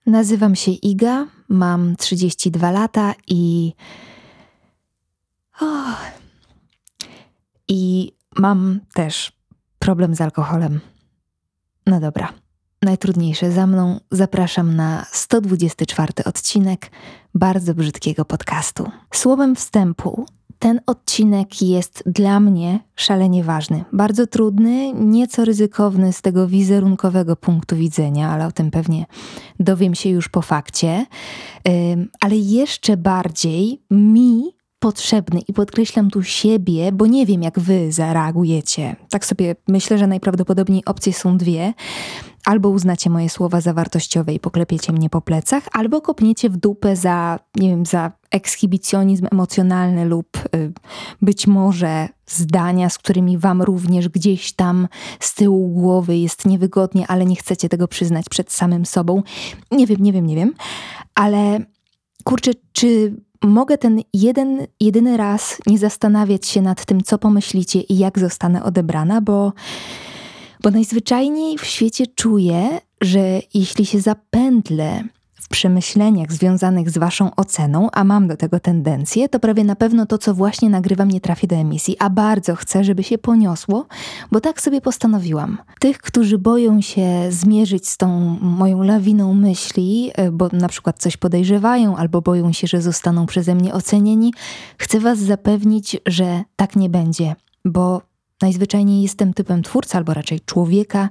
Nazywam się Iga, mam 32 lata i mam też problem z alkoholem. No dobra, najtrudniejsze za mną. Zapraszam na 124 odcinek bardzo brzydkiego podcastu. Słowem wstępu, ten odcinek jest dla mnie szalenie ważny. Bardzo trudny, nieco ryzykowny z tego wizerunkowego punktu widzenia, ale o tym pewnie dowiem się już po fakcie. Ale jeszcze bardziej mi potrzebny i podkreślam tu siebie, bo nie wiem, jak wy zareagujecie. Tak sobie myślę, że najprawdopodobniej opcje są dwie. Albo uznacie moje słowa za wartościowe i poklepiecie mnie po plecach, albo kopniecie w dupę za ekshibicjonizm emocjonalny lub być może zdania, z którymi wam również gdzieś tam z tyłu głowy jest niewygodnie, ale nie chcecie tego przyznać przed samym sobą. Nie wiem, ale kurczę, czy mogę ten jedyny raz nie zastanawiać się nad tym, co pomyślicie i jak zostanę odebrana, bo najzwyczajniej w świecie czuję, że jeśli się zapętlę w przemyśleniach związanych z waszą oceną, a mam do tego tendencję, to prawie na pewno to, co właśnie nagrywam, nie trafi do emisji, a bardzo chcę, żeby się poniosło, bo tak sobie postanowiłam. Tych, którzy boją się zmierzyć z tą moją lawiną myśli, bo na przykład coś podejrzewają albo boją się, że zostaną przeze mnie ocenieni, chcę was zapewnić, że tak nie będzie, bo najzwyczajniej jestem typem twórcy, albo raczej człowieka,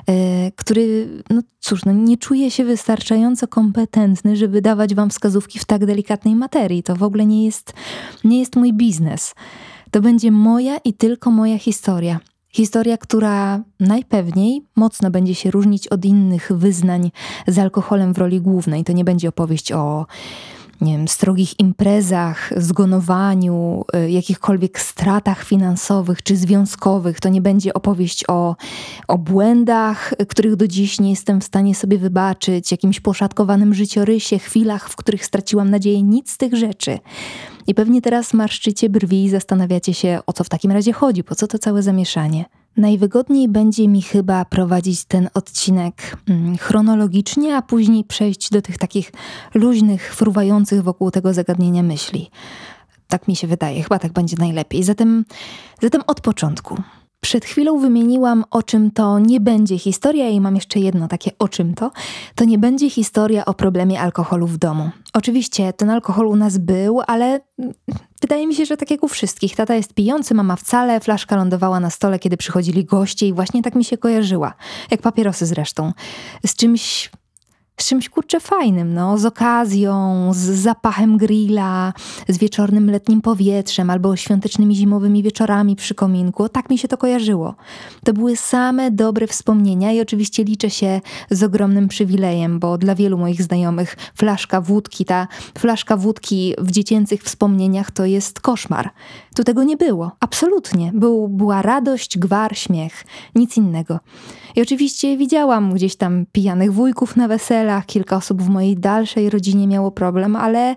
który, nie czuje się wystarczająco kompetentny, żeby dawać wam wskazówki w tak delikatnej materii. To w ogóle nie jest mój biznes. To będzie moja i tylko moja historia. Historia, która najpewniej mocno będzie się różnić od innych wyznań z alkoholem w roli głównej. To nie będzie opowieść o strogich imprezach, zgonowaniu, jakichkolwiek stratach finansowych czy związkowych. To nie będzie opowieść o błędach, których do dziś nie jestem w stanie sobie wybaczyć, jakimś poszatkowanym życiorysie, chwilach, w których straciłam nadzieję. Nic z tych rzeczy. I pewnie teraz marszczycie brwi i zastanawiacie się, o co w takim razie chodzi, po co to całe zamieszanie. Najwygodniej będzie mi chyba prowadzić ten odcinek chronologicznie, a później przejść do tych takich luźnych, fruwających wokół tego zagadnienia myśli. Tak mi się wydaje, chyba tak będzie najlepiej. Zatem od początku. Przed chwilą wymieniłam, o czym to nie będzie historia i mam jeszcze jedno takie o czym to. To nie będzie historia o problemie alkoholu w domu. Oczywiście ten alkohol u nas był, ale wydaje mi się, że tak jak u wszystkich. Tata jest pijący, mama wcale, flaszka lądowała na stole, kiedy przychodzili goście i właśnie tak mi się kojarzyła. Jak papierosy zresztą. Z czymś kurczę fajnym, z okazją, z zapachem grilla, z wieczornym letnim powietrzem albo świątecznymi zimowymi wieczorami przy kominku. Tak mi się to kojarzyło. To były same dobre wspomnienia i oczywiście liczę się z ogromnym przywilejem, bo dla wielu moich znajomych ta flaszka wódki w dziecięcych wspomnieniach to jest koszmar. Tu tego nie było. Absolutnie. Była radość, gwar, śmiech. Nic innego. I oczywiście widziałam gdzieś tam pijanych wujków na weselach, kilka osób w mojej dalszej rodzinie miało problem, ale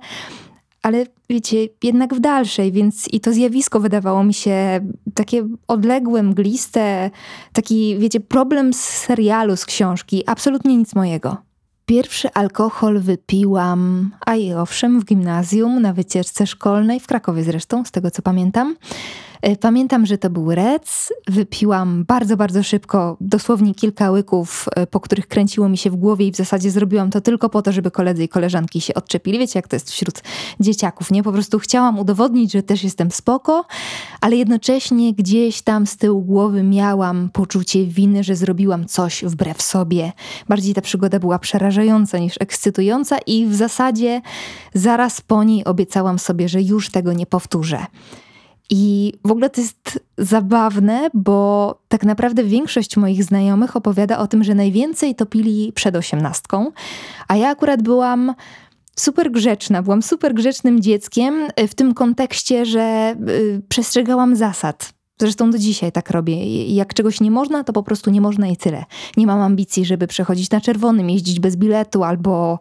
wiecie, jednak w dalszej, więc i to zjawisko wydawało mi się takie odległe, mgliste, taki, wiecie, problem z serialu, z książki, absolutnie nic mojego. Pierwszy alkohol wypiłam, owszem, w gimnazjum, na wycieczce szkolnej, w Krakowie zresztą, z tego co pamiętam. Pamiętam, że to był Rec, wypiłam bardzo, bardzo szybko, dosłownie kilka łyków, po których kręciło mi się w głowie i w zasadzie zrobiłam to tylko po to, żeby koledzy i koleżanki się odczepili. Wiecie, jak to jest wśród dzieciaków, nie? Po prostu chciałam udowodnić, że też jestem spoko, ale jednocześnie gdzieś tam z tyłu głowy miałam poczucie winy, że zrobiłam coś wbrew sobie. Bardziej ta przygoda była przerażająca niż ekscytująca i w zasadzie zaraz po niej obiecałam sobie, że już tego nie powtórzę. I w ogóle to jest zabawne, bo tak naprawdę większość moich znajomych opowiada o tym, że najwięcej to pili przed 18, a ja akurat byłam super grzeczna, byłam super grzecznym dzieckiem w tym kontekście, że przestrzegałam zasad. Zresztą do dzisiaj tak robię. Jak czegoś nie można, to po prostu nie można i tyle. Nie mam ambicji, żeby przechodzić na czerwonym, jeździć bez biletu albo,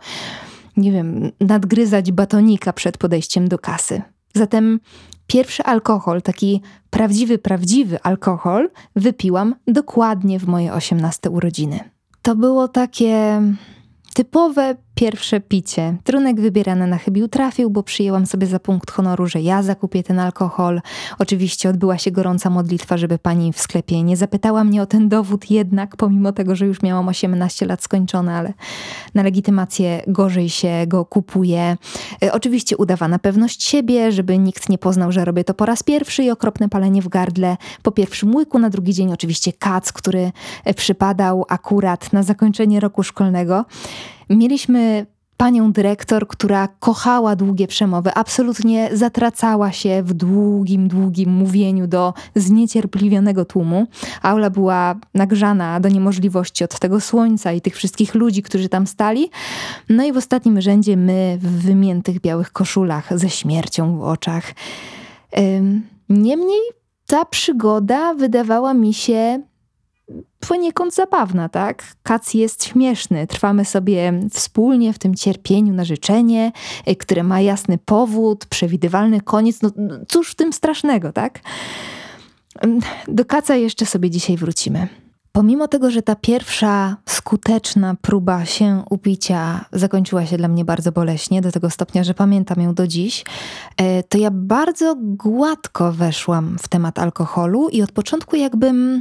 nadgryzać batonika przed podejściem do kasy. Zatem pierwszy alkohol, taki prawdziwy alkohol, wypiłam dokładnie w moje 18 urodziny. To było takie typowe pierwsze picie. Trunek wybierany na chybił trafił, bo przyjęłam sobie za punkt honoru, że ja zakupię ten alkohol. Oczywiście odbyła się gorąca modlitwa, żeby pani w sklepie nie zapytała mnie o ten dowód jednak, pomimo tego, że już miałam 18 lat skończone, ale na legitymację gorzej się go kupuje. Oczywiście udawana pewność siebie, żeby nikt nie poznał, że robię to po raz pierwszy i okropne palenie w gardle po pierwszym łyku. Na drugi dzień oczywiście kac, który przypadał akurat na zakończenie roku szkolnego. Mieliśmy panią dyrektor, która kochała długie przemowy, absolutnie zatracała się w długim mówieniu do zniecierpliwionego tłumu. Aula była nagrzana do niemożliwości od tego słońca i tych wszystkich ludzi, którzy tam stali. No i w ostatnim rzędzie my w wymiętych białych koszulach ze śmiercią w oczach. Niemniej ta przygoda wydawała mi się poniekąd zabawna, tak? Kac jest śmieszny. Trwamy sobie wspólnie w tym cierpieniu na życzenie, które ma jasny powód, przewidywalny koniec. No cóż w tym strasznego, tak? Do kaca jeszcze sobie dzisiaj wrócimy. Pomimo tego, że ta pierwsza skuteczna próba się upicia zakończyła się dla mnie bardzo boleśnie, do tego stopnia, że pamiętam ją do dziś, to ja bardzo gładko weszłam w temat alkoholu i od początku jakbym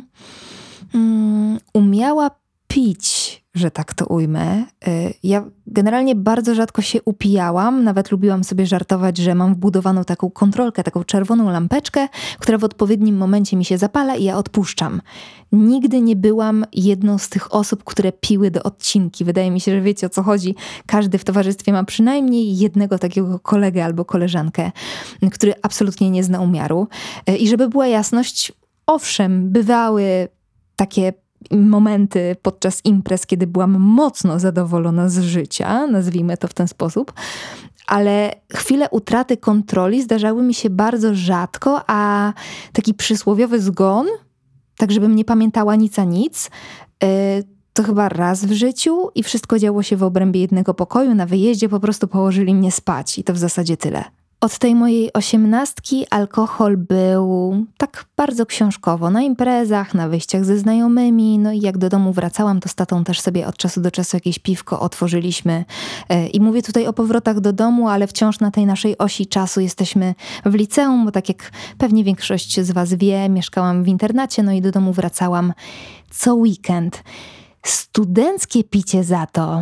umiała pić, że tak to ujmę. Ja generalnie bardzo rzadko się upijałam, nawet lubiłam sobie żartować, że mam wbudowaną taką kontrolkę, taką czerwoną lampeczkę, która w odpowiednim momencie mi się zapala i ja odpuszczam. Nigdy nie byłam jedną z tych osób, które piły do odcinki. Wydaje mi się, że wiecie, o co chodzi. Każdy w towarzystwie ma przynajmniej jednego takiego kolegę albo koleżankę, który absolutnie nie zna umiaru. I żeby była jasność, owszem, bywały takie momenty podczas imprez, kiedy byłam mocno zadowolona z życia, nazwijmy to w ten sposób, ale chwile utraty kontroli zdarzały mi się bardzo rzadko, a taki przysłowiowy zgon, tak żebym nie pamiętała nic a nic, to chyba raz w życiu i wszystko działo się w obrębie jednego pokoju. Na wyjeździe po prostu położyli mnie spać i to w zasadzie tyle. Od tej mojej 18 alkohol był tak bardzo książkowo, na imprezach, na wyjściach ze znajomymi, no i jak do domu wracałam, to z tatą też sobie od czasu do czasu jakieś piwko otworzyliśmy. I mówię tutaj o powrotach do domu, ale wciąż na tej naszej osi czasu jesteśmy w liceum, bo tak jak pewnie większość z was wie, mieszkałam w internacie, no i do domu wracałam co weekend. Studenckie picie za to...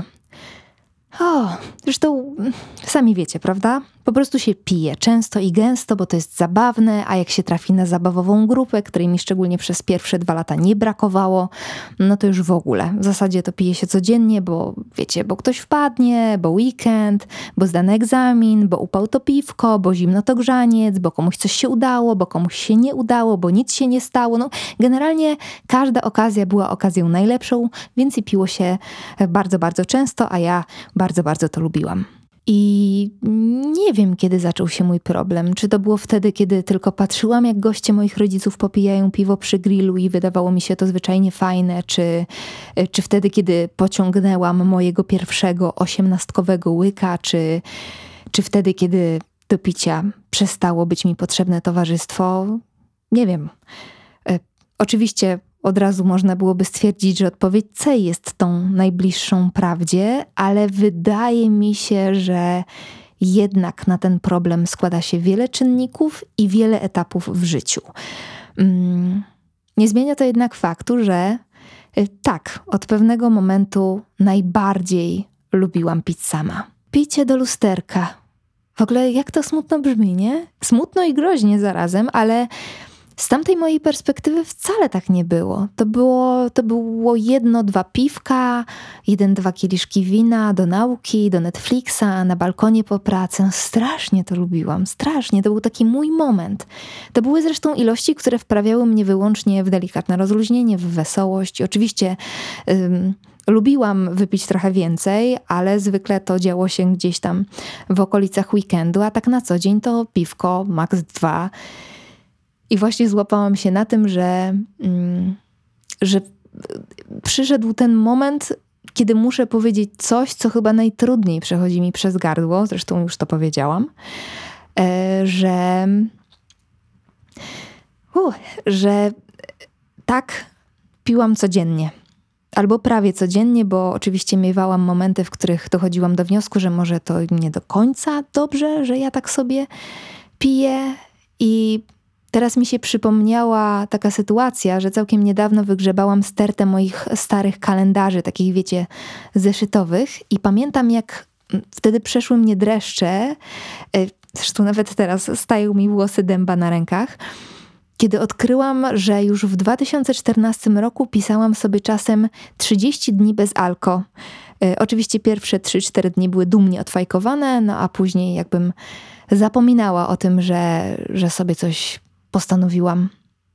Zresztą sami wiecie, prawda? Po prostu się pije często i gęsto, bo to jest zabawne, a jak się trafi na zabawową grupę, której mi szczególnie przez pierwsze 2 lata nie brakowało, no to już w ogóle. W zasadzie to pije się codziennie, bo wiecie, bo ktoś wpadnie, bo weekend, bo zdany egzamin, bo upał to piwko, bo zimno to grzaniec, bo komuś coś się udało, bo komuś się nie udało, bo nic się nie stało. No, generalnie każda okazja była okazją najlepszą, więc i piło się bardzo, bardzo często, a ja bardzo, bardzo to lubiłam. I nie wiem, kiedy zaczął się mój problem. Czy to było wtedy, kiedy tylko patrzyłam, jak goście moich rodziców popijają piwo przy grillu i wydawało mi się to zwyczajnie fajne, czy wtedy, kiedy pociągnęłam mojego pierwszego 18-kowego łyka, czy wtedy, kiedy do picia przestało być mi potrzebne towarzystwo. Nie wiem. Oczywiście od razu można byłoby stwierdzić, że odpowiedź C jest tą najbliższą prawdzie, ale wydaje mi się, że jednak na ten problem składa się wiele czynników i wiele etapów w życiu. Nie zmienia to jednak faktu, że tak, od pewnego momentu najbardziej lubiłam pić sama. Picie do lusterka. W ogóle jak to smutno brzmi, nie? Smutno i groźnie zarazem, ale z tamtej mojej perspektywy wcale tak nie było. To było 1-2 piwka, 1-2 kieliszki wina do nauki, do Netflixa, na balkonie po pracy. Strasznie to lubiłam, strasznie. To był taki mój moment. To były zresztą ilości, które wprawiały mnie wyłącznie w delikatne rozluźnienie, w wesołość. I oczywiście lubiłam wypić trochę więcej, ale zwykle to działo się gdzieś tam w okolicach weekendu, a tak na co dzień to piwko, max 2. I właśnie złapałam się na tym, że przyszedł ten moment, kiedy muszę powiedzieć coś, co chyba najtrudniej przechodzi mi przez gardło, zresztą już to powiedziałam, że tak piłam codziennie. albo prawie codziennie, bo oczywiście miewałam momenty, w których dochodziłam do wniosku, że może to nie do końca dobrze, że ja tak sobie piję. I teraz mi się przypomniała taka sytuacja, że całkiem niedawno wygrzebałam stertę moich starych kalendarzy, takich wiecie, zeszytowych, i pamiętam, jak wtedy przeszły mnie dreszcze, zresztą nawet teraz stają mi włosy dęba na rękach, kiedy odkryłam, że już w 2014 roku pisałam sobie czasem 30 dni bez alko. Oczywiście pierwsze 3-4 dni były dumnie odfajkowane, no a później jakbym zapominała o tym, że sobie coś postanowiłam.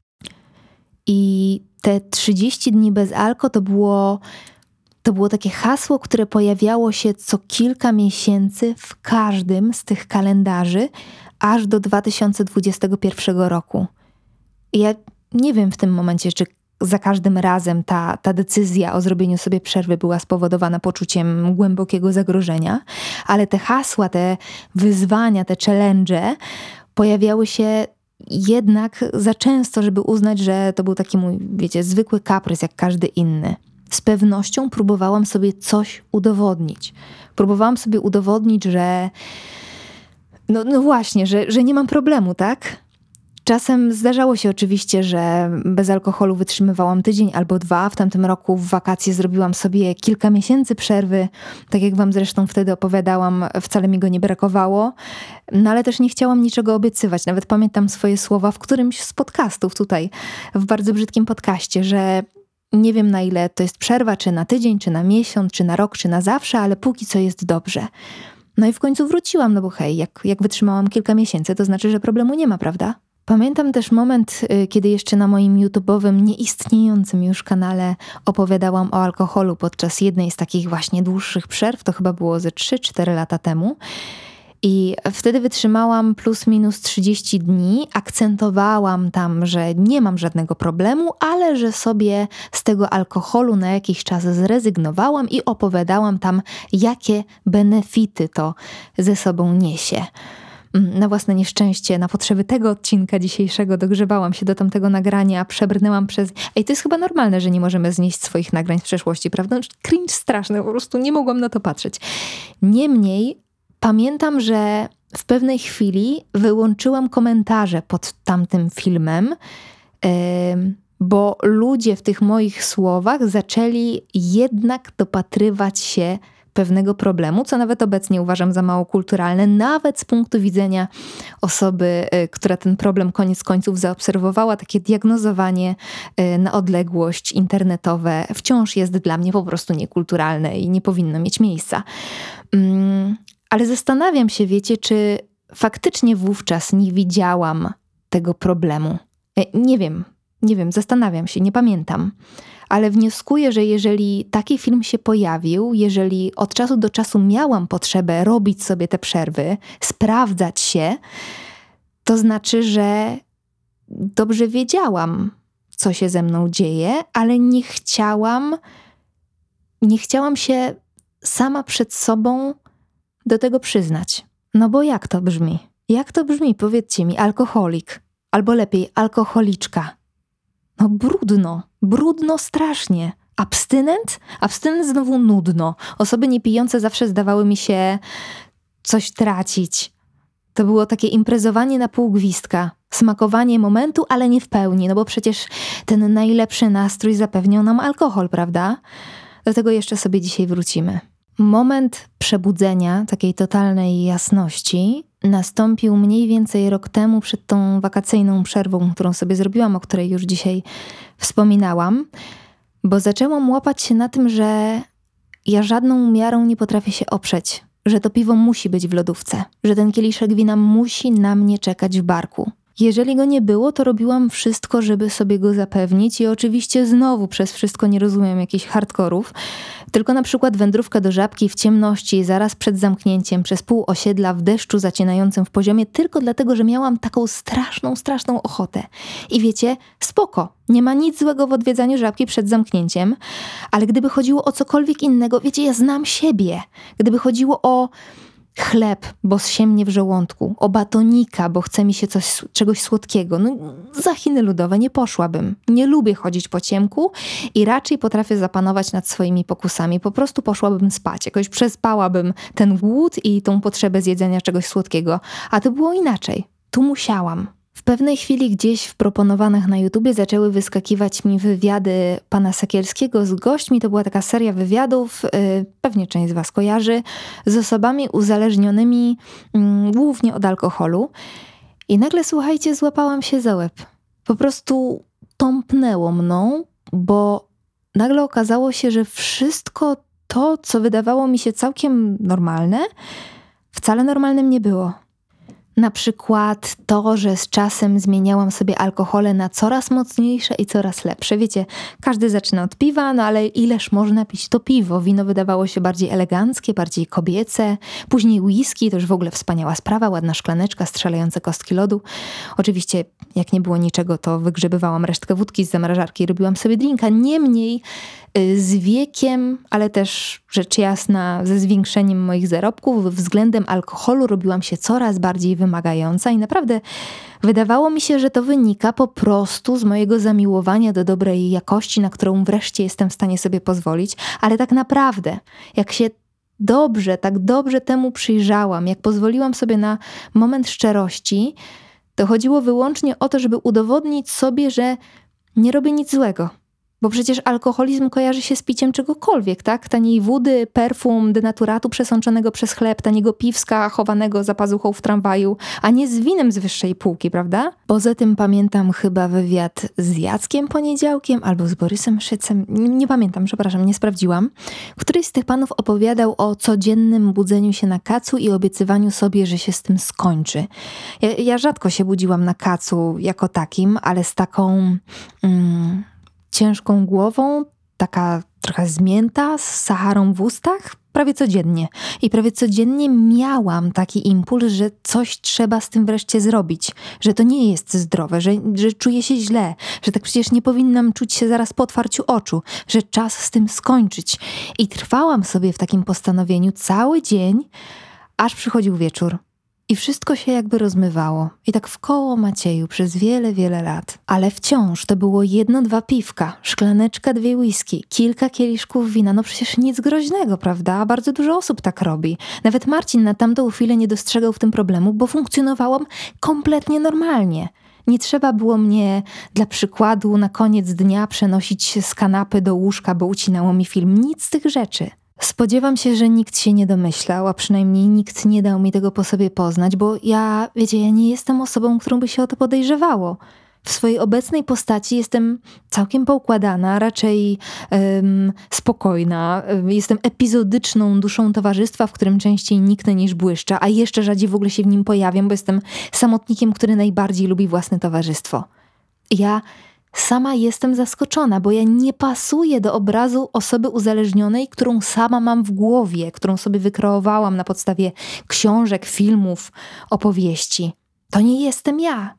I te 30 dni bez alko to było takie hasło, które pojawiało się co kilka miesięcy w każdym z tych kalendarzy, aż do 2021 roku. I ja nie wiem w tym momencie, czy za każdym razem ta decyzja o zrobieniu sobie przerwy była spowodowana poczuciem głębokiego zagrożenia, ale te hasła, te wyzwania, te challenge pojawiały się jednak za często, żeby uznać, że to był taki mój, wiecie, zwykły kaprys jak każdy inny. Z pewnością próbowałam sobie coś udowodnić. Próbowałam sobie udowodnić, że no właśnie, że nie mam problemu, tak? Czasem zdarzało się oczywiście, że bez alkoholu wytrzymywałam tydzień albo 2. W tamtym roku w wakacje zrobiłam sobie kilka miesięcy przerwy. Tak jak wam zresztą wtedy opowiadałam, wcale mi go nie brakowało. No ale też nie chciałam niczego obiecywać. Nawet pamiętam swoje słowa w którymś z podcastów tutaj, w bardzo brzydkim podcaście, że nie wiem, na ile to jest przerwa, czy na tydzień, czy na miesiąc, czy na rok, czy na zawsze, ale póki co jest dobrze. No i w końcu wróciłam, no bo hej, jak wytrzymałam kilka miesięcy, to znaczy, że problemu nie ma, prawda? Pamiętam też moment, kiedy jeszcze na moim YouTube'owym, nieistniejącym już kanale opowiadałam o alkoholu podczas jednej z takich właśnie dłuższych przerw, to chyba było ze 3-4 lata temu. I wtedy wytrzymałam plus minus 30 dni, akcentowałam tam, że nie mam żadnego problemu, ale że sobie z tego alkoholu na jakiś czas zrezygnowałam i opowiadałam tam, jakie benefity to ze sobą niesie. Na własne nieszczęście, na potrzeby tego odcinka dzisiejszego dogrzebałam się do tamtego nagrania, przebrnęłam przez... Ej, to jest chyba normalne, że nie możemy znieść swoich nagrań z przeszłości, prawda? Cringe straszny, po prostu nie mogłam na to patrzeć. Niemniej pamiętam, że w pewnej chwili wyłączyłam komentarze pod tamtym filmem, bo ludzie w tych moich słowach zaczęli jednak dopatrywać się pewnego problemu, co nawet obecnie uważam za mało kulturalne, nawet z punktu widzenia osoby, która ten problem koniec końców zaobserwowała. Takie diagnozowanie na odległość internetowe wciąż jest dla mnie po prostu niekulturalne i nie powinno mieć miejsca. Ale zastanawiam się, wiecie, czy faktycznie wówczas nie widziałam tego problemu. Nie wiem, zastanawiam się, nie pamiętam. Ale wnioskuję, że jeżeli taki film się pojawił, jeżeli od czasu do czasu miałam potrzebę robić sobie te przerwy, sprawdzać się, to znaczy, że dobrze wiedziałam, co się ze mną dzieje, ale nie chciałam się sama przed sobą do tego przyznać. No bo jak to brzmi? Jak to brzmi? Powiedzcie mi, alkoholik, albo lepiej alkoholiczka. No brudno strasznie. Abstynent? Abstynent znowu nudno. Osoby niepijące zawsze zdawały mi się coś tracić. To było takie imprezowanie na pół gwizdka. Smakowanie momentu, ale nie w pełni, no bo przecież ten najlepszy nastrój zapewniał nam alkohol, prawda? Do tego jeszcze sobie dzisiaj wrócimy. Moment przebudzenia, takiej totalnej jasności, nastąpił mniej więcej rok temu przed tą wakacyjną przerwą, którą sobie zrobiłam, o której już dzisiaj wspominałam, bo zaczęłam łapać się na tym, że ja żadną miarą nie potrafię się oprzeć, że to piwo musi być w lodówce, że ten kieliszek wina musi na mnie czekać w barku. Jeżeli go nie było, to robiłam wszystko, żeby sobie go zapewnić i oczywiście znowu przez wszystko nie rozumiem jakichś hardkorów, tylko na przykład wędrówka do Żabki w ciemności, zaraz przed zamknięciem, przez pół osiedla w deszczu zacinającym w poziomie, tylko dlatego, że miałam taką straszną ochotę. I wiecie, spoko, nie ma nic złego w odwiedzaniu Żabki przed zamknięciem, ale gdyby chodziło o cokolwiek innego, wiecie, ja znam siebie. Gdyby chodziło o chleb, bo zsie mnie w żołądku, o batonika, bo chce mi się czegoś słodkiego. No, za Chiny ludowe nie poszłabym. Nie lubię chodzić po ciemku i raczej potrafię zapanować nad swoimi pokusami. Po prostu poszłabym spać. Jakoś przespałabym ten głód i tą potrzebę zjedzenia czegoś słodkiego. A to było inaczej. Tu musiałam. W pewnej chwili gdzieś w proponowanych na YouTubie zaczęły wyskakiwać mi wywiady pana Sekielskiego z gośćmi. To była taka seria wywiadów, pewnie część z was kojarzy, z osobami uzależnionymi głównie od alkoholu. I nagle, słuchajcie, złapałam się za łeb. Po prostu tąpnęło mną, bo nagle okazało się, że wszystko to, co wydawało mi się całkiem normalne, wcale normalnym nie było. Na przykład to, że z czasem zmieniałam sobie alkohole na coraz mocniejsze i coraz lepsze. Wiecie, każdy zaczyna od piwa, no ale ileż można pić to piwo? Wino wydawało się bardziej eleganckie, bardziej kobiece. Później whisky, to już w ogóle wspaniała sprawa, ładna szklaneczka, strzelające kostki lodu. Oczywiście, jak nie było niczego, to wygrzebywałam resztkę wódki z zamrażarki i robiłam sobie drinka. Niemniej z wiekiem, ale też rzecz jasna ze zwiększeniem moich zarobków względem alkoholu robiłam się coraz bardziej wymagająca i naprawdę wydawało mi się, że to wynika po prostu z mojego zamiłowania do dobrej jakości, na którą wreszcie jestem w stanie sobie pozwolić, ale tak naprawdę, jak się tak dobrze temu przyjrzałam, jak pozwoliłam sobie na moment szczerości, to chodziło wyłącznie o to, żeby udowodnić sobie, że nie robię nic złego. Bo przecież alkoholizm kojarzy się z piciem czegokolwiek, tak? Taniej wody, perfum, denaturatu przesączonego przez chleb, taniego piwska chowanego za pazuchą w tramwaju, a nie z winem z wyższej półki, prawda? Poza tym pamiętam chyba wywiad z Jackiem Poniedziałkiem albo z Borysem Szycem, nie pamiętam, przepraszam, nie sprawdziłam. Któryś z tych panów opowiadał o codziennym budzeniu się na kacu i obiecywaniu sobie, że się z tym skończy. Ja rzadko się budziłam na kacu jako takim, ale z taką ciężką głową, taka trochę zmięta, z Saharą w ustach, prawie codziennie. I prawie codziennie miałam taki impuls, że coś trzeba z tym wreszcie zrobić, że to nie jest zdrowe, że czuję się źle, że tak przecież nie powinnam czuć się zaraz po otwarciu oczu, że czas z tym skończyć. I trwałam sobie w takim postanowieniu cały dzień, aż przychodził wieczór. I wszystko się jakby rozmywało. I tak w koło Macieju przez wiele, wiele lat. Ale wciąż to było 1-2 piwka, szklaneczka 2 whisky, kilka kieliszków wina. No przecież nic groźnego, prawda? Bardzo dużo osób tak robi. Nawet Marcin na tamtą chwilę nie dostrzegał w tym problemu, bo funkcjonowałam kompletnie normalnie. Nie trzeba było mnie dla przykładu na koniec dnia przenosić z kanapy do łóżka, bo ucinało mi film. Nic z tych rzeczy. Spodziewam się, że nikt się nie domyślał, a przynajmniej nikt nie dał mi tego po sobie poznać, bo ja nie jestem osobą, którą by się o to podejrzewało. W swojej obecnej postaci jestem całkiem poukładana, raczej spokojna. Jestem epizodyczną duszą towarzystwa, w którym częściej niknę niż błyszczę, a jeszcze rzadziej w ogóle się w nim pojawiam, bo jestem samotnikiem, który najbardziej lubi własne towarzystwo. Ja sama jestem zaskoczona, bo ja nie pasuję do obrazu osoby uzależnionej, którą sama mam w głowie, którą sobie wykreowałam na podstawie książek, filmów, opowieści. To nie jestem ja.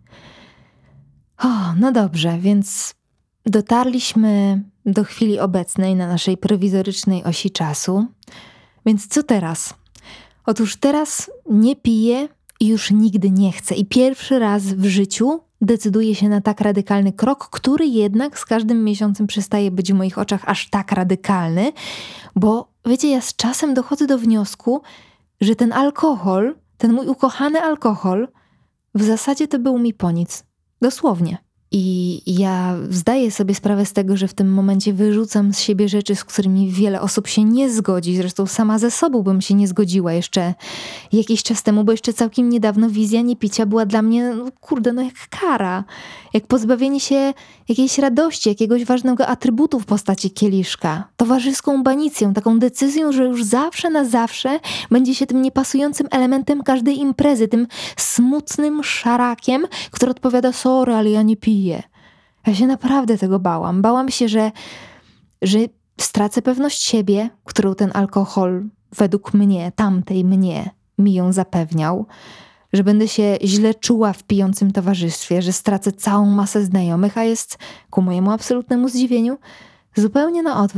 No dobrze, więc dotarliśmy do chwili obecnej na naszej prowizorycznej osi czasu. Więc co teraz? Otóż teraz nie piję i już nigdy nie chcę. I pierwszy raz w życiu decyduję się na tak radykalny krok, który jednak z każdym miesiącem przestaje być w moich oczach aż tak radykalny, bo wiecie, ja z czasem dochodzę do wniosku, że ten alkohol, ten mój ukochany alkohol, w zasadzie to był mi po nic. Dosłownie. I ja zdaję sobie sprawę z tego, że w tym momencie wyrzucam z siebie rzeczy, z którymi wiele osób się nie zgodzi. Zresztą sama ze sobą bym się nie zgodziła jeszcze jakiś czas temu, bo jeszcze całkiem niedawno wizja niepicia była dla mnie, jak kara. Jak pozbawienie się jakiejś radości, jakiegoś ważnego atrybutu w postaci kieliszka. Towarzyską banicją, taką decyzją, że już zawsze na zawsze będzie się tym niepasującym elementem każdej imprezy, tym smutnym szarakiem, który odpowiada: sorry, ale ja nie piję. Ja się naprawdę tego bałam. Bałam się, że stracę pewność siebie, którą ten alkohol według mnie, tamtej mnie, mi ją zapewniał. Że będę się źle czuła w pijącym towarzystwie, że stracę całą masę znajomych, a jest, ku mojemu absolutnemu zdziwieniu, zupełnie na odwrót.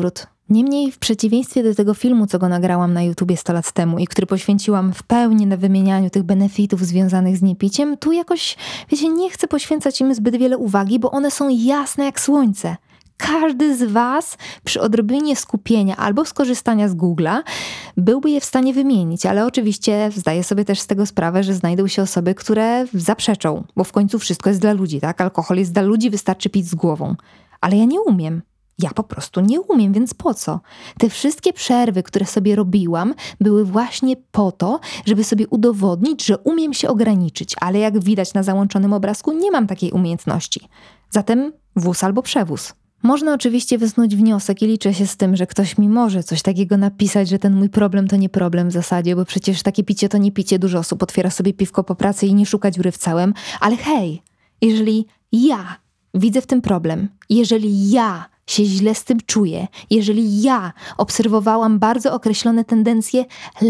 Niemniej w przeciwieństwie do tego filmu, co go nagrałam na YouTubie 100 lat temu i który poświęciłam w pełni na wymienianiu tych benefitów związanych z niepiciem, tu jakoś, wiecie, nie chcę poświęcać im zbyt wiele uwagi, bo one są jasne jak słońce. Każdy z was przy odrobinie skupienia albo skorzystania z Google'a byłby je w stanie wymienić, ale oczywiście zdaję sobie też z tego sprawę, że znajdą się osoby, które zaprzeczą, bo w końcu wszystko jest dla ludzi, tak? Alkohol jest dla ludzi, wystarczy pić z głową. Ale ja nie umiem. Ja po prostu nie umiem, więc po co? Te wszystkie przerwy, które sobie robiłam, były właśnie po to, żeby sobie udowodnić, że umiem się ograniczyć, ale jak widać na załączonym obrazku, nie mam takiej umiejętności. Zatem wóz albo przewóz. Można oczywiście wysnuć wniosek i liczę się z tym, że ktoś mi może coś takiego napisać, że ten mój problem to nie problem w zasadzie, bo przecież takie picie to nie picie. Dużo osób otwiera sobie piwko po pracy i nie szuka dziury w całym. Ale hej, jeżeli ja widzę w tym problem, jeżeli ja się źle z tym czuję, jeżeli ja obserwowałam bardzo określone tendencje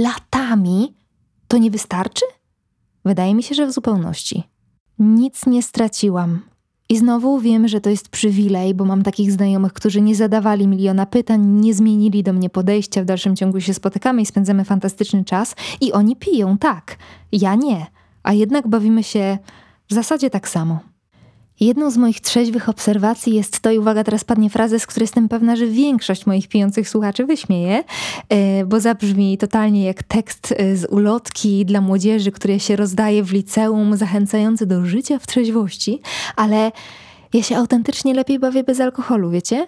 latami, to nie wystarczy? Wydaje mi się, że w zupełności. Nic nie straciłam. I znowu wiem, że to jest przywilej, bo mam takich znajomych, którzy nie zadawali miliona pytań, nie zmienili do mnie podejścia, w dalszym ciągu się spotykamy i spędzamy fantastyczny czas i oni piją, tak. Ja nie. A jednak bawimy się w zasadzie tak samo. Jedną z moich trzeźwych obserwacji jest to, i uwaga, teraz padnie frazes, z której jestem pewna, że większość moich pijących słuchaczy wyśmieje, bo zabrzmi totalnie jak tekst z ulotki dla młodzieży, który się rozdaje w liceum, zachęcający do życia w trzeźwości, ale ja się autentycznie lepiej bawię bez alkoholu, wiecie?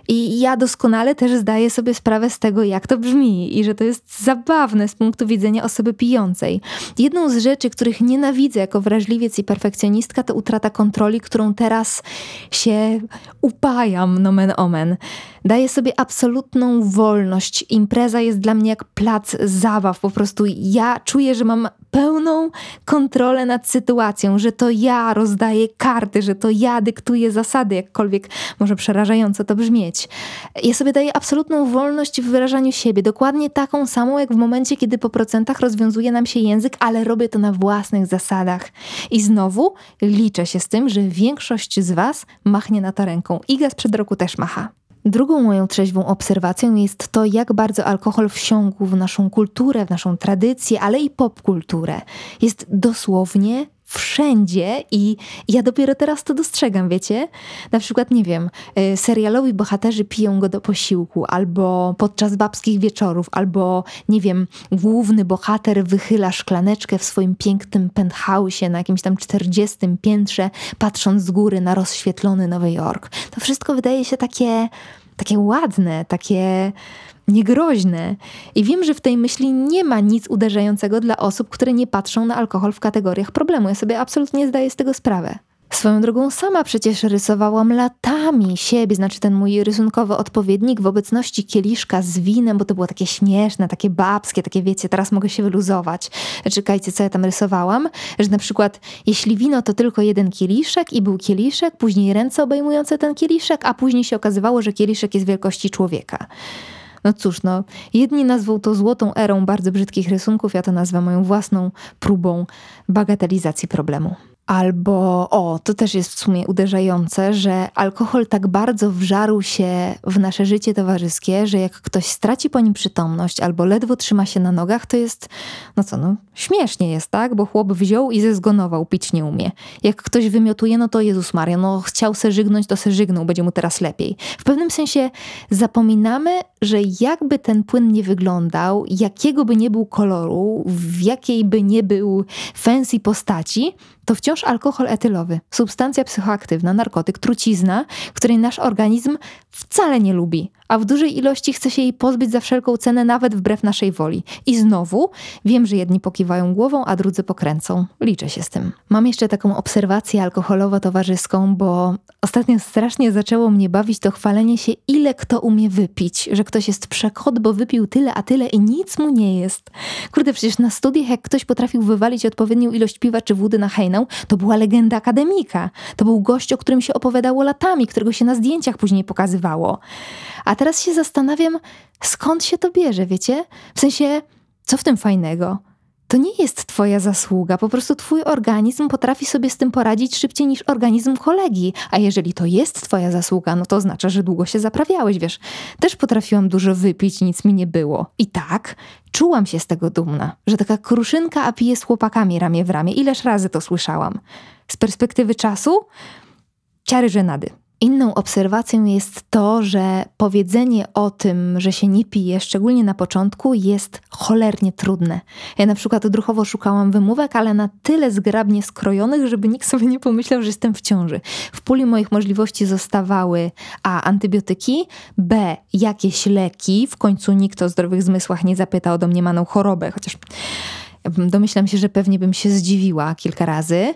I ja doskonale też zdaję sobie sprawę z tego, jak to brzmi i że to jest zabawne z punktu widzenia osoby pijącej. Jedną z rzeczy, których nienawidzę jako wrażliwiec i perfekcjonistka, to utrata kontroli, którą teraz się upajam, nomen omen. Daję sobie absolutną wolność. Impreza jest dla mnie jak plac zabaw. Po prostu ja czuję, że mam pełną kontrolę nad sytuacją, że to ja rozdaję karty, że to ja dyktuję zasady, jakkolwiek może przerażająco to brzmieć. Ja sobie daję absolutną wolność w wyrażaniu siebie, dokładnie taką samą, jak w momencie, kiedy po procentach rozwiązuje nam się język, ale robię to na własnych zasadach. I znowu liczę się z tym, że większość z was machnie na to ręką. Iga sprzed roku też macha. Drugą moją trzeźwą obserwacją jest to, jak bardzo alkohol wsiąkł w naszą kulturę, w naszą tradycję, ale i popkulturę. Jest dosłownie wszędzie i ja dopiero teraz to dostrzegam, wiecie? Na przykład, nie wiem, serialowi bohaterzy piją go do posiłku, albo podczas babskich wieczorów, albo, nie wiem, główny bohater wychyla szklaneczkę w swoim pięknym penthouse'ie na jakimś tam 40. piętrze, patrząc z góry na rozświetlony Nowy Jork. To wszystko wydaje się takie ładne, takie niegroźne. I wiem, że w tej myśli nie ma nic uderzającego dla osób, które nie patrzą na alkohol w kategoriach problemu. Ja sobie absolutnie zdaję z tego sprawę. Swoją drogą sama przecież rysowałam latami siebie, znaczy ten mój rysunkowy odpowiednik w obecności kieliszka z winem, bo to było takie śmieszne, takie babskie, takie wiecie, teraz mogę się wyluzować. Czekajcie, co ja tam rysowałam? Że na przykład jeśli wino to tylko jeden kieliszek i był kieliszek, później ręce obejmujące ten kieliszek, a później się okazywało, że kieliszek jest wielkości człowieka. No cóż, jedni nazwą to złotą erą bardzo brzydkich rysunków, ja to nazwę moją własną próbą bagatelizacji problemu. Albo, to też jest w sumie uderzające, że alkohol tak bardzo wżarł się w nasze życie towarzyskie, że jak ktoś straci po nim przytomność albo ledwo trzyma się na nogach, to jest, śmiesznie jest, tak? Bo chłop wziął i zezgonował, pić nie umie. Jak ktoś wymiotuje, to Jezus Maria, chciał se żygnąć, to se żygnął, będzie mu teraz lepiej. W pewnym sensie zapominamy, że jakby ten płyn nie wyglądał, jakiego by nie był koloru, w jakiej by nie był fancy postaci, to wciąż alkohol etylowy, substancja psychoaktywna, narkotyk, trucizna, której nasz organizm wcale nie lubi, a w dużej ilości chce się jej pozbyć za wszelką cenę, nawet wbrew naszej woli. I znowu wiem, że jedni pokiwają głową, a drudzy pokręcą. Liczę się z tym. Mam jeszcze taką obserwację alkoholowo-towarzyską, bo ostatnio strasznie zaczęło mnie bawić to chwalenie się, ile kto umie wypić, że ktoś jest przekot, bo wypił tyle, a tyle i nic mu nie jest. Kurde, przecież na studiach jak ktoś potrafił wywalić odpowiednią ilość piwa czy wody na hejnał, to była legenda akademika. To był gość, o którym się opowiadało latami, którego się na zdjęciach później pokazywało. A teraz się zastanawiam, skąd się to bierze, wiecie? W sensie, co w tym fajnego? To nie jest twoja zasługa, po prostu twój organizm potrafi sobie z tym poradzić szybciej niż organizm kolegi. A jeżeli to jest twoja zasługa, no to oznacza, że długo się zaprawiałeś, wiesz. Też potrafiłam dużo wypić, nic mi nie było. I tak, czułam się z tego dumna, że taka kruszynka, a pije z chłopakami ramię w ramię. Ileż razy to słyszałam. Z perspektywy czasu, ciary żenady. Inną obserwacją jest to, że powiedzenie o tym, że się nie pije, szczególnie na początku, jest cholernie trudne. Ja na przykład odruchowo szukałam wymówek, ale na tyle zgrabnie skrojonych, żeby nikt sobie nie pomyślał, że jestem w ciąży. W puli moich możliwości zostawały a. antybiotyki, b. jakieś leki. W końcu nikt o zdrowych zmysłach nie zapytał o domniemaną chorobę, chociaż domyślam się, że pewnie bym się zdziwiła kilka razy.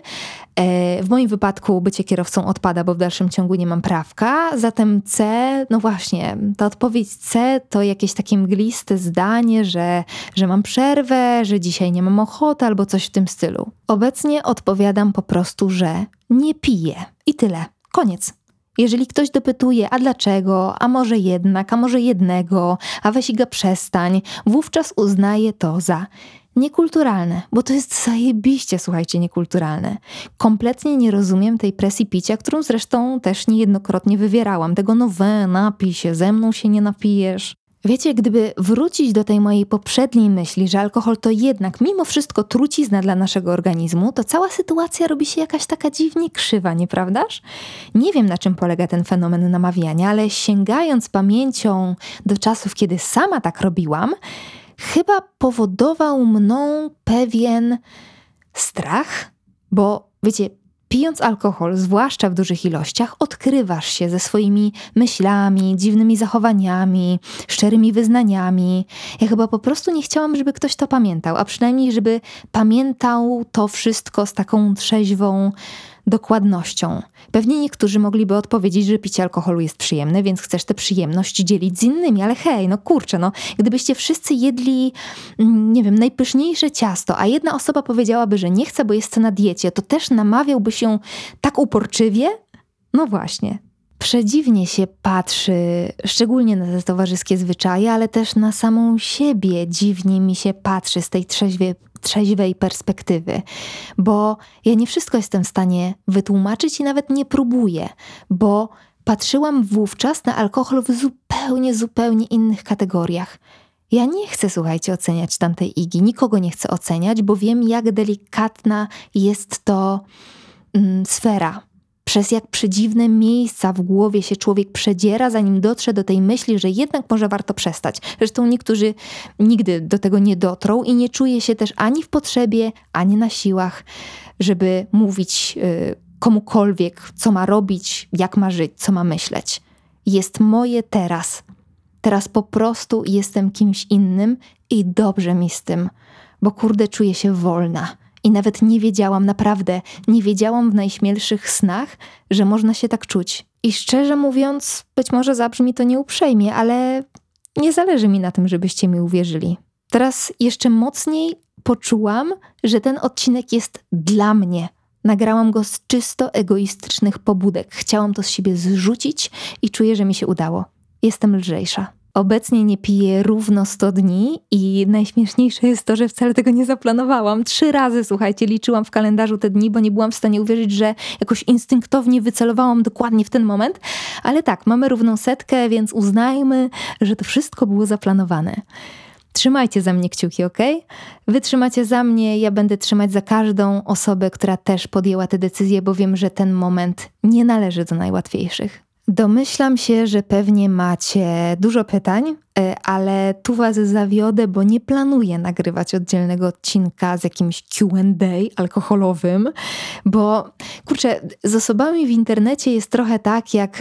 W moim wypadku bycie kierowcą odpada, bo w dalszym ciągu nie mam prawka. Zatem C, no właśnie, ta odpowiedź C to jakieś takie mgliste zdanie, że mam przerwę, że dzisiaj nie mam ochoty albo coś w tym stylu. Obecnie odpowiadam po prostu, że nie piję. I tyle. Koniec. Jeżeli ktoś dopytuje, a dlaczego, a może jednak, a może jednego, a weź Iga przestań, wówczas uznaję to za niekulturalne, bo to jest zajebiście, słuchajcie, niekulturalne. Kompletnie nie rozumiem tej presji picia, którą zresztą też niejednokrotnie wywierałam. Tego napij się, ze mną się nie napijesz. Wiecie, gdyby wrócić do tej mojej poprzedniej myśli, że alkohol to jednak mimo wszystko trucizna dla naszego organizmu, to cała sytuacja robi się jakaś taka dziwnie krzywa, nieprawdaż? Nie wiem, na czym polega ten fenomen namawiania, ale sięgając pamięcią do czasów, kiedy sama tak robiłam, chyba powodował mną pewien strach, bo wiecie, pijąc alkohol, zwłaszcza w dużych ilościach, odkrywasz się ze swoimi myślami, dziwnymi zachowaniami, szczerymi wyznaniami. Ja chyba po prostu nie chciałam, żeby ktoś to pamiętał, a przynajmniej, żeby pamiętał to wszystko z taką trzeźwą dokładnością. Pewnie niektórzy mogliby odpowiedzieć, że picie alkoholu jest przyjemne, więc chcesz tę przyjemność dzielić z innymi, ale hej, no kurczę, no gdybyście wszyscy jedli, nie wiem, najpyszniejsze ciasto, a jedna osoba powiedziałaby, że nie chce, bo jest na diecie, to też namawiałby się tak uporczywie? No właśnie. Przedziwnie się patrzy, szczególnie na te towarzyskie zwyczaje, ale też na samą siebie dziwnie mi się patrzy z tej trzeźwej perspektywy, bo ja nie wszystko jestem w stanie wytłumaczyć i nawet nie próbuję, bo patrzyłam wówczas na alkohol w zupełnie innych kategoriach. Ja nie chcę, słuchajcie, oceniać tamtej Igi, nikogo nie chcę oceniać, bo wiem, jak delikatna jest to sfera. Przez jak przedziwne miejsca w głowie się człowiek przedziera, zanim dotrze do tej myśli, że jednak może warto przestać. Zresztą niektórzy nigdy do tego nie dotrą i nie czuje się też ani w potrzebie, ani na siłach, żeby mówić komukolwiek, co ma robić, jak ma żyć, co ma myśleć. Jest moje teraz. Teraz po prostu jestem kimś innym i dobrze mi z tym, bo kurde, czuję się wolna. I nawet nie wiedziałam, naprawdę, nie wiedziałam w najśmielszych snach, że można się tak czuć. I szczerze mówiąc, być może zabrzmi to nieuprzejmie, ale nie zależy mi na tym, żebyście mi uwierzyli. Teraz jeszcze mocniej poczułam, że ten odcinek jest dla mnie. Nagrałam go z czysto egoistycznych pobudek. Chciałam to z siebie zrzucić i czuję, że mi się udało. Jestem lżejsza. Obecnie nie piję równo 100 dni i najśmieszniejsze jest to, że wcale tego nie zaplanowałam. 3 razy, słuchajcie, liczyłam w kalendarzu te dni, bo nie byłam w stanie uwierzyć, że jakoś instynktownie wycelowałam dokładnie w ten moment. Ale tak, mamy równą 100, więc uznajmy, że to wszystko było zaplanowane. Trzymajcie za mnie kciuki, okej? Wy trzymacie za mnie, ja będę trzymać za każdą osobę, która też podjęła tę decyzję, bo wiem, że ten moment nie należy do najłatwiejszych. Domyślam się, że pewnie macie dużo pytań, ale tu was zawiodę, bo nie planuję nagrywać oddzielnego odcinka z jakimś Q&A alkoholowym, bo kurczę, z osobami w internecie jest trochę tak jak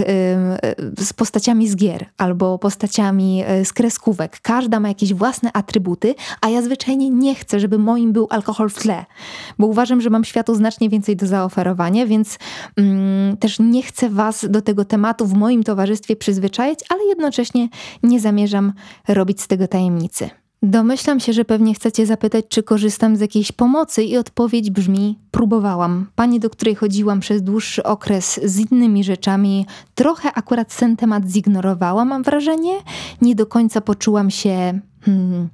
z postaciami z gier albo postaciami z kreskówek. Każda ma jakieś własne atrybuty, a ja zwyczajnie nie chcę, żeby moim był alkohol w tle, bo uważam, że mam światu znacznie więcej do zaoferowania, więc też nie chcę was do tego tematu w moim towarzystwie przyzwyczajać, ale jednocześnie nie zamierzam robić z tego tajemnicy. Domyślam się, że pewnie chcecie zapytać, czy korzystam z jakiejś pomocy i odpowiedź brzmi: próbowałam. Pani, do której chodziłam przez dłuższy okres z innymi rzeczami, trochę akurat ten temat zignorowała, mam wrażenie. Nie do końca poczułam się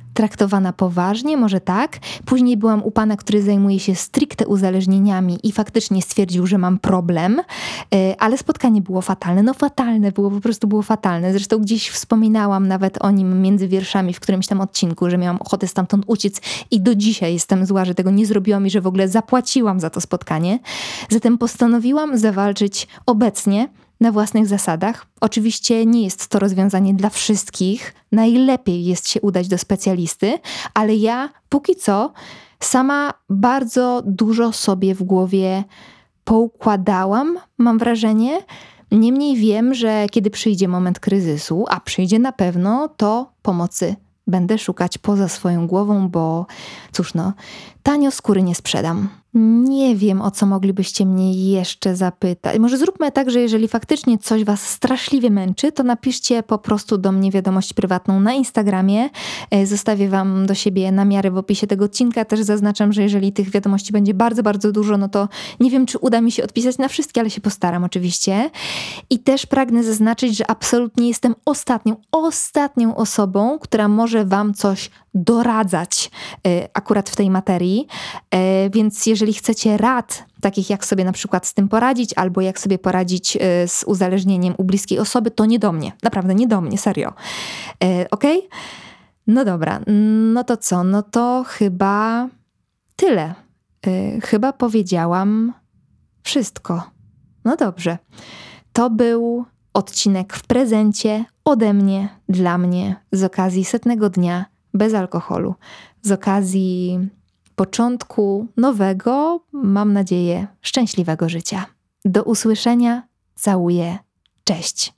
traktowana poważnie, może tak. Później byłam u pana, który zajmuje się stricte uzależnieniami i faktycznie stwierdził, że mam problem, ale spotkanie było fatalne. No fatalne, po prostu było fatalne. Zresztą gdzieś wspominałam nawet o nim między wierszami w którymś tam odcinku, że miałam ochotę stamtąd uciec i do dzisiaj jestem zła, że tego nie zrobiłam i że w ogóle zapłaciłam za to spotkanie. Zatem postanowiłam zawalczyć obecnie na własnych zasadach. Oczywiście nie jest to rozwiązanie dla wszystkich. Najlepiej jest się udać do specjalisty, ale ja póki co sama bardzo dużo sobie w głowie poukładałam, mam wrażenie. Niemniej wiem, że kiedy przyjdzie moment kryzysu, a przyjdzie na pewno, to pomocy będę szukać poza swoją głową, bo cóż tanio skóry nie sprzedam. Nie wiem, o co moglibyście mnie jeszcze zapytać. Może zróbmy tak, że jeżeli faktycznie coś was straszliwie męczy, to napiszcie po prostu do mnie wiadomość prywatną na Instagramie. Zostawię wam do siebie namiary w opisie tego odcinka. Też zaznaczam, że jeżeli tych wiadomości będzie bardzo, bardzo dużo, no to nie wiem, czy uda mi się odpisać na wszystkie, ale się postaram oczywiście. I też pragnę zaznaczyć, że absolutnie jestem ostatnią osobą, która może wam coś doradzać akurat w tej materii. Więc jeżeli chcecie rad, takich jak sobie na przykład z tym poradzić, albo jak sobie poradzić z uzależnieniem u bliskiej osoby, to nie do mnie. Naprawdę nie do mnie, serio. Okej? No dobra, no to co? No to chyba tyle. Chyba powiedziałam wszystko. No dobrze. To był odcinek w prezencie ode mnie, dla mnie, z okazji 100. dnia bez alkoholu. Z okazji początku nowego, mam nadzieję, szczęśliwego życia. Do usłyszenia. Całuję. Cześć.